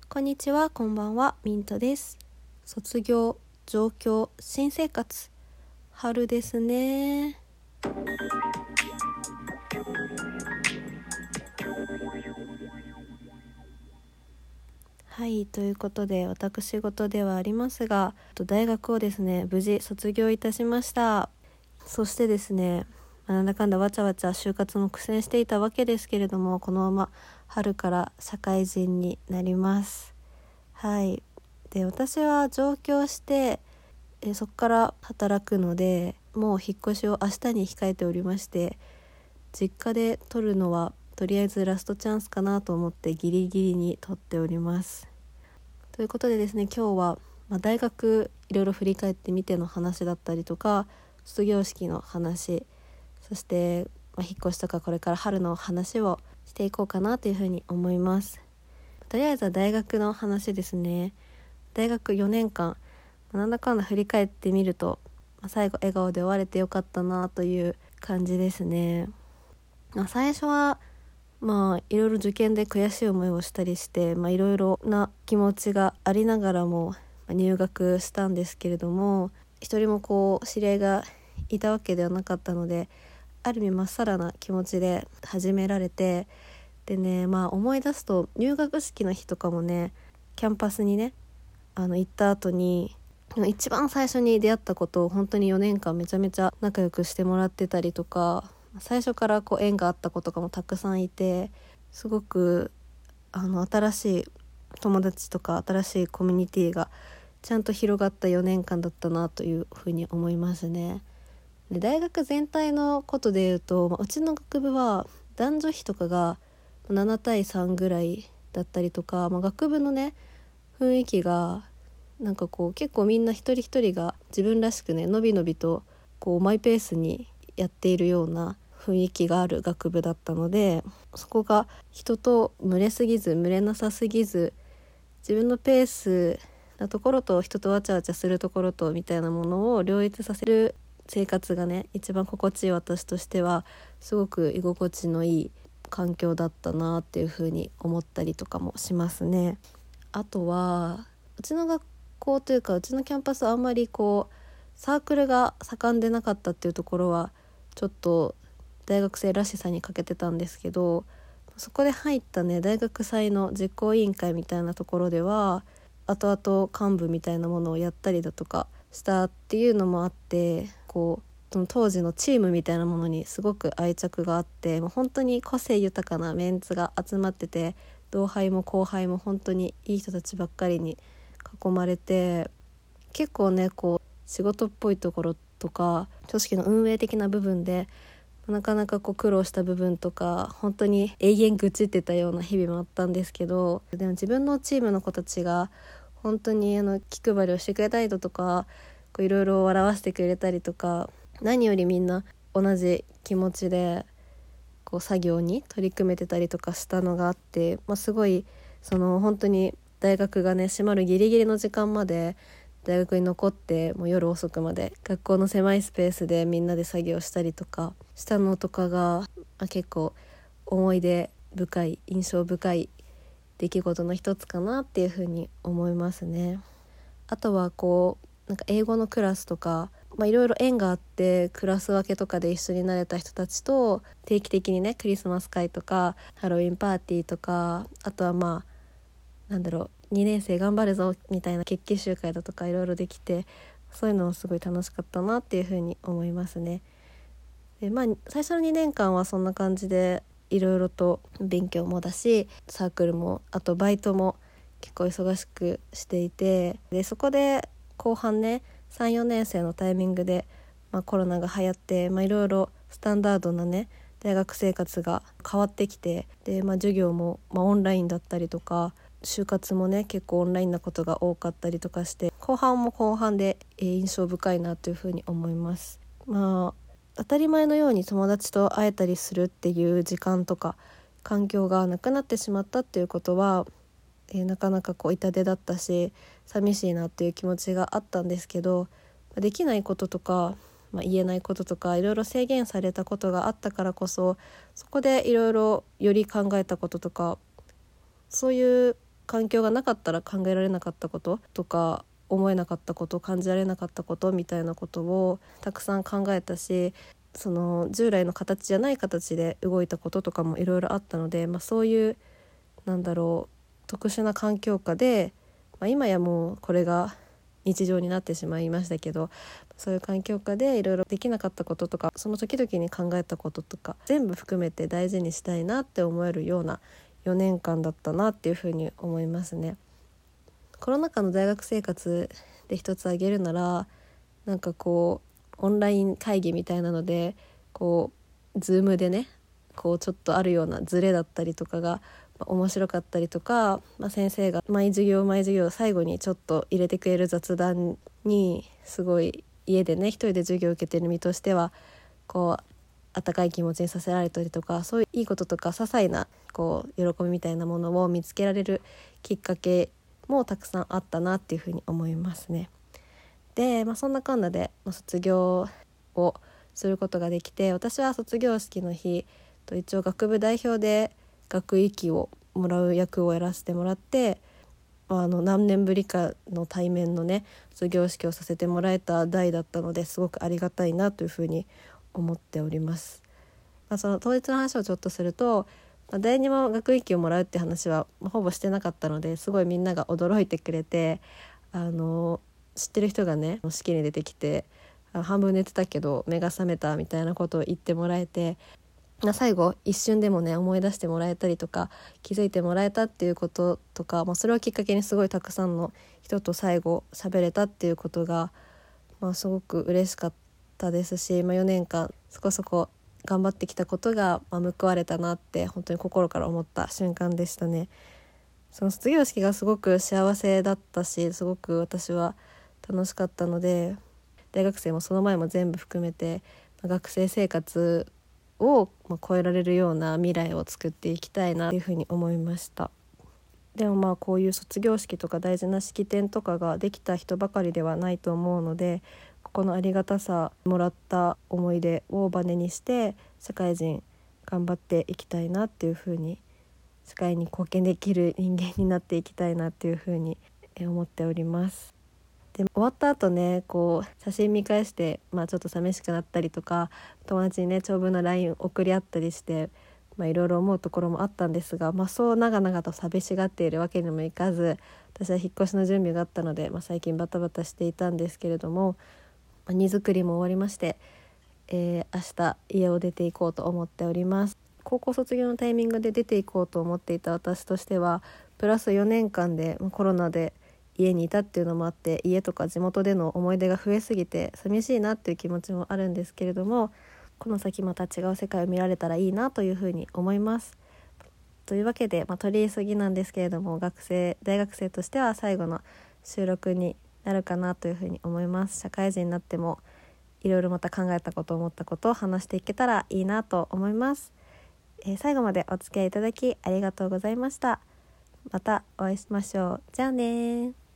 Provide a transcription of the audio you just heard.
こんにちは、こんばんは、ミントです。卒業、上京、新生活、春ですね。はい、ということで私事ではありますが、大学をですね、無事卒業いたしました。そしてですね、なんだかんだわちゃわちゃ就活も苦戦していたわけですけれども、このまま春から社会人になります。はい。で、私は上京してそこから働くので、もう引っ越しを明日に控えておりまして、実家で取るのはとりあえずラストチャンスかなと思ってギリギリに取っております。ということでですね、今日は、大学いろいろ振り返ってみての話だったりとか、卒業式の話、そして、引っ越しとかこれから春の話をしていこうかなというふうに思います。とりあえずは大学の話ですね。大学4年間なんだかんだ振り返ってみると、最後笑顔で終われてよかったなという感じですね。最初はいろいろ受験で悔しい思いをしたりして、いろいろな気持ちがありながらも入学したんですけれども、一人も知り合いがいたわけではなかったので、ある意味まっさらな気持ちで始められて、でね、思い出すと入学式の日とかもね、キャンパスにね行った後に一番最初に出会ったことを本当に4年間めちゃめちゃ仲良くしてもらってたりとか、最初から縁があった子とかもたくさんいて、すごく新しい友達とか新しいコミュニティがちゃんと広がった4年間だったなというふうに思いますね。で、大学全体のことでいうと、うちの学部は男女比とかが7対3ぐらいだったりとか、学部のね雰囲気が結構みんな一人一人が自分らしくね、のびのびとマイペースにやっているような雰囲気がある学部だったので、そこが人と群れすぎず群れなさすぎず、自分のペースなところと人とわちゃわちゃするところとみたいなものを両立させる生活がね、一番心地いい私としてはすごく居心地のいい環境だったなっていうふうに思ったりとかもしますね。あとはうちの学校というか、うちのキャンパスはあんまりサークルが盛んでなかったっていうところはちょっと大学生らしさに欠けてたんですけど、そこで入ったね大学祭の実行委員会みたいなところでは後々幹部みたいなものをやったりだとかしたっていうのもあって、その当時のチームみたいなものにすごく愛着があって、もう本当に個性豊かなメンツが集まってて、同輩も後輩も本当にいい人たちばっかりに囲まれて、結構ね仕事っぽいところとか組織の運営的な部分でなかなか苦労した部分とか、本当に永遠愚痴ってたような日々もあったんですけど、でも自分のチームの子たちが本当に気配りをしてくれたりだとか、いろいろ笑わせてくれたりとか、何よりみんな同じ気持ちで作業に取り組めてたりとかしたのがあって、すごい本当に大学がね閉まるギリギリの時間まで大学に残って、もう夜遅くまで学校の狭いスペースでみんなで作業したりとかしたのとかが、結構思い出深い印象深い出来事の一つかなっていうふうに思いますね。あとは英語のクラスとか、いろいろ縁があってクラス分けとかで一緒になれた人たちと定期的にねクリスマス会とかハロウィンパーティーとか、あとは2年生頑張るぞみたいな決起集会だとかいろいろできて、そういうのもすごい楽しかったなっていうふうに思いますね。で、最初の2年間はそんな感じでいろいろと勉強もだし、サークルもあとバイトも結構忙しくしていて、でそこで後半ね3、4年生のタイミングで、コロナが流行って、いろいろスタンダードなね大学生活が変わってきて、で、授業も、オンラインだったりとか就活もね結構オンラインなことが多かったりとかして、後半も後半で、印象深いなというふうに思います。当たり前のように友達と会えたりするっていう時間とか環境がなくなってしまったっていうことは、なかなか痛手だったし寂しいなっていう気持ちがあったんですけど、できないこととか、言えないこととかいろいろ制限されたことがあったからこそ、そこでいろいろより考えたこととか、そういう環境がなかったら考えられなかったこととか思えなかったこと、感じられなかったことみたいなことをたくさん考えたし、その従来の形じゃない形で動いたこととかもいろいろあったので、そういう特殊な環境下で、今やもうこれが日常になってしまいましたけど、そういう環境下でいろいろできなかったこととか、その時々に考えたこととか全部含めて大事にしたいなって思えるような4年間だったなっていうふうに思いますね。コロナ禍の大学生活で一つ挙げるなら、オンライン会議みたいなのでZoom でねちょっとあるようなズレだったりとかが面白かったりとか、先生が毎授業最後にちょっと入れてくれる雑談にすごい家でね一人で授業を受けてる身としては温かい気持ちにさせられたりとか、そういういいこととか些細な喜びみたいなものを見つけられるきっかけもたくさんあったなっていうふうに思いますね。で、そんなこんなで卒業をすることができて、私は卒業式の日一応学部代表で学位期をもらう役をやらせてもらって、何年ぶりかの対面のね卒業式をさせてもらえた代だったので、すごくありがたいなというふうに思っております。その当日の話をちょっとすると、誰にも学位期をもらうって話はほぼしてなかったので、すごいみんなが驚いてくれて、知ってる人がね式に出てきて、半分寝てたけど目が覚めたみたいなことを言ってもらえて、最後一瞬でもね思い出してもらえたりとか気づいてもらえたっていうこととか、それをきっかけにすごいたくさんの人と最後喋れたっていうことが、すごく嬉しかったですし、4年間そこそこ頑張ってきたことが、報われたなって本当に心から思った瞬間でしたね。その卒業式がすごく幸せだったし、すごく私は楽しかったので、大学生もその前も全部含めて、学生生活を超えられるような未来を作っていきたいなというふうに思いました。でもこういう卒業式とか大事な式典とかができた人ばかりではないと思うので、ここのありがたさ、もらった思い出をバネにして社会人頑張っていきたいなっていうふうに、社会に貢献できる人間になっていきたいなっていうふうに思っております。で終わった後ね写真見返して、ちょっと寂しくなったりとか、友達にね長文の LINE 送り合ったりして、いろいろ思うところもあったんですが、そう長々と寂しがっているわけにもいかず、私は引っ越しの準備があったので、最近バタバタしていたんですけれども、荷造りも終わりまして、明日家を出ていこうと思っております。高校卒業のタイミングで出ていこうと思っていた私としては、プラス4年間でコロナで家にいたっていうのもあって、家とか地元での思い出が増えすぎて寂しいなっていう気持ちもあるんですけれども、この先また違う世界を見られたらいいなというふうに思います。というわけで、取り急ぎなんですけれども、大学生としては最後の収録になるかなというふうに思います。社会人になってもいろいろまた考えたこと思ったことを話していけたらいいなと思います。最後までお付き合いいただきありがとうございました。またお会いしましょう。じゃあね。